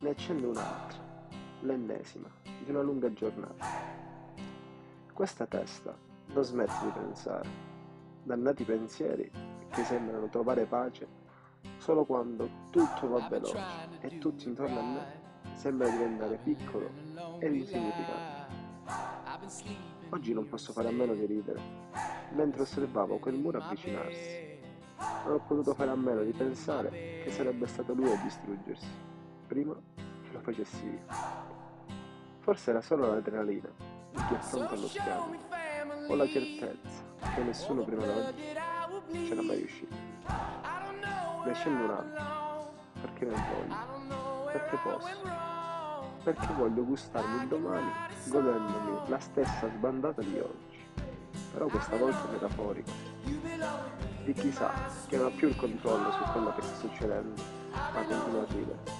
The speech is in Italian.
Ne accende un'altra, l'ennesima, di una lunga giornata. Questa testa non smette di pensare, dannati pensieri che sembrano trovare pace solo quando tutto va veloce e tutto intorno a me sembra diventare piccolo ed insignificante. Oggi non posso fare a meno di ridere, mentre osservavo quel muro avvicinarsi. Non ho potuto fare a meno di pensare che sarebbe stato lui a distruggersi, prima che lo facessi io. Forse era solo l'adrenalina, il più affronto allo schianto, o la certezza che nessuno prima di oggi c'era mai riuscito. Ne scendo un altro, perché non voglio, perché posso, perché voglio gustarmi il domani godendomi la stessa sbandata di oggi, però questa volta metaforica, di chi sa che non ha più il controllo su quello che sta succedendo, ma continua a ridere.